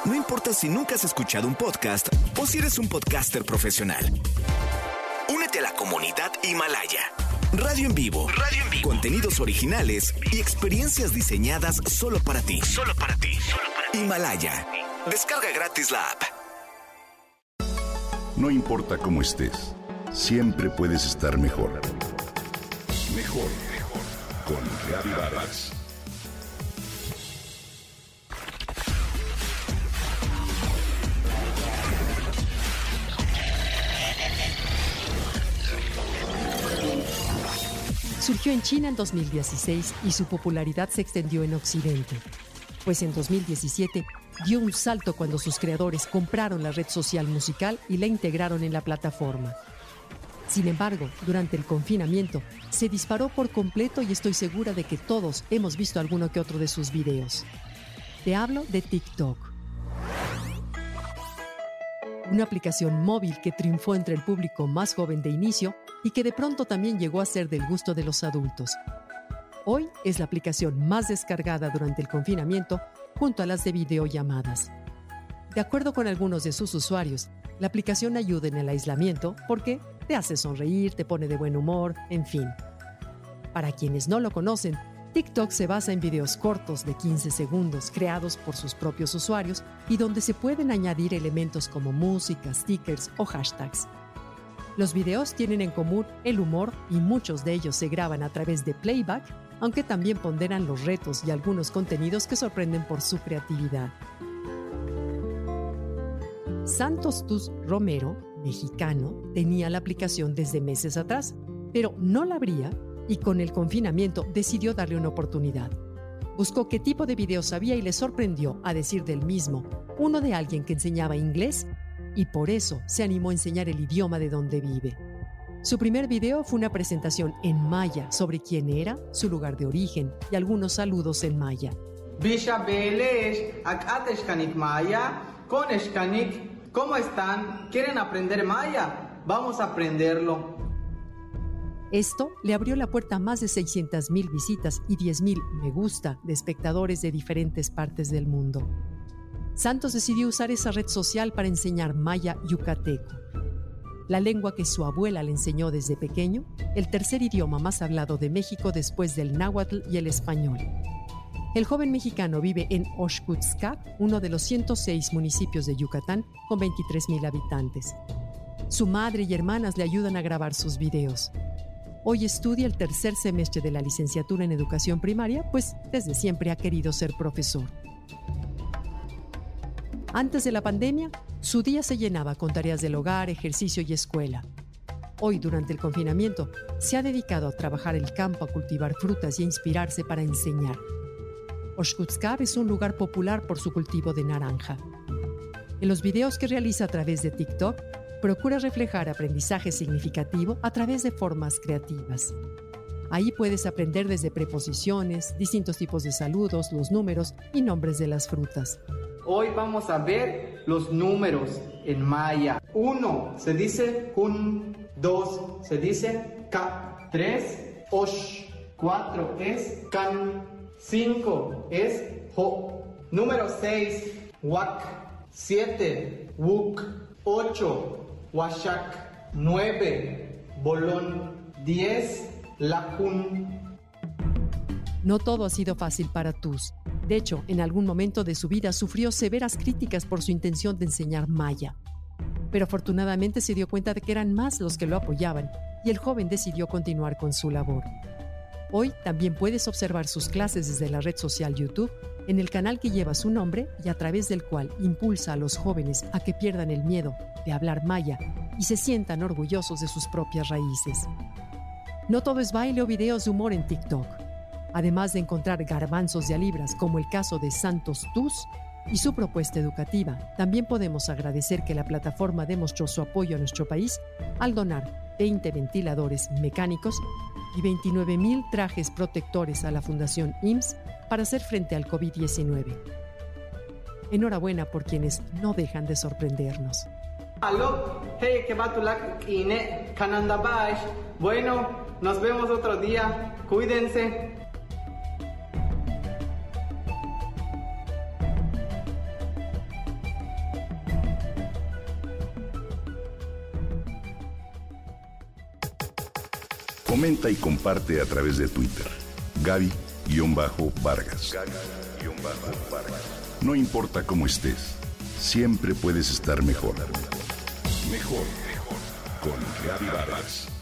No importa si nunca has escuchado un podcast o si eres un podcaster profesional. Únete a la comunidad Himalaya. Radio en vivo. Contenidos originales y experiencias diseñadas solo para ti. Himalaya. Descarga gratis la app. No importa cómo estés, siempre puedes estar mejor. Mejor con Gaby Vargas. Surgió en China en 2016 y su popularidad se extendió en Occidente. Pues en 2017 dio un salto cuando sus creadores compraron la red social musical y la integraron en la plataforma. Sin embargo, durante el confinamiento se disparó por completo y estoy segura de que todos hemos visto alguno que otro de sus videos. Te hablo de TikTok. Una aplicación móvil que triunfó entre el público más joven de inicio y que de pronto también llegó a ser del gusto de los adultos. Hoy es la aplicación más descargada durante el confinamiento junto a las de videollamadas. De acuerdo con algunos de sus usuarios, la aplicación ayuda en el aislamiento porque te hace sonreír, te pone de buen humor, en fin. Para quienes no lo conocen, TikTok se basa en videos cortos de 15 segundos creados por sus propios usuarios y donde se pueden añadir elementos como música, stickers o hashtags. Los videos tienen en común el humor y muchos de ellos se graban a través de playback, aunque también ponderan los retos y algunos contenidos que sorprenden por su creatividad. Santos Tus Romero, mexicano, tenía la aplicación desde meses atrás, pero no la abría y con el confinamiento decidió darle una oportunidad. Buscó qué tipo de videos había y le sorprendió, a decir del mismo, uno de alguien que enseñaba inglés y por eso se animó a enseñar el idioma de donde vive. Su primer video fue una presentación en maya sobre quién era, su lugar de origen y algunos saludos en maya. ¿Cómo están? ¿Quieren aprender maya? Vamos a aprenderlo. Esto le abrió la puerta a más de 600,000 visitas y 10,000 me gusta de espectadores de diferentes partes del mundo. Santos decidió usar esa red social para enseñar maya yucateco, la lengua que su abuela le enseñó desde pequeño, el tercer idioma más hablado de México después del náhuatl y el español. El joven mexicano vive en Oxcutzcap, uno de los 106 municipios de Yucatán, con 23,000 habitantes. Su madre y hermanas le ayudan a grabar sus videos. Hoy estudia el tercer semestre de la licenciatura en educación primaria, pues desde siempre ha querido ser profesor. Antes de la pandemia, su día se llenaba con tareas del hogar, ejercicio y escuela. Hoy, durante el confinamiento, se ha dedicado a trabajar el campo, a cultivar frutas y a inspirarse para enseñar. Oxcutzcap es un lugar popular por su cultivo de naranja. En los videos que realiza a través de TikTok, procura reflejar aprendizaje significativo a través de formas creativas. Ahí puedes aprender desde preposiciones, distintos tipos de saludos, los números y nombres de las frutas. Hoy vamos a ver los números en maya. 1 se dice kun, 2 se dice ka, 3 osh, 4 es kan, 5 es ho, número 6 wak, 7 wuk, 8 washak, 9 bolón, 10 lakun. No todo ha sido fácil para Tus. De hecho, en algún momento de su vida sufrió severas críticas por su intención de enseñar maya. Pero afortunadamente se dio cuenta de que eran más los que lo apoyaban y el joven decidió continuar con su labor. Hoy también puedes observar sus clases desde la red social YouTube, en el canal que lleva su nombre y a través del cual impulsa a los jóvenes a que pierdan el miedo de hablar maya y se sientan orgullosos de sus propias raíces. No todo es baile o videos de humor en TikTok. Además de encontrar garbanzos de a libras, como el caso de Santos Tus y su propuesta educativa, también podemos agradecer que la plataforma demostró su apoyo a nuestro país al donar 20 ventiladores mecánicos y 29,000 trajes protectores a la Fundación IMSS para hacer frente al COVID-19. Enhorabuena por quienes no dejan de sorprendernos. Aló, hey, que va tu ine, Canandabash. Bueno, nos vemos otro día. Cuídense. Comenta y comparte a través de Twitter. Gaby-Vargas. No importa cómo estés, siempre puedes estar mejor. Mejor con Gaby Vargas.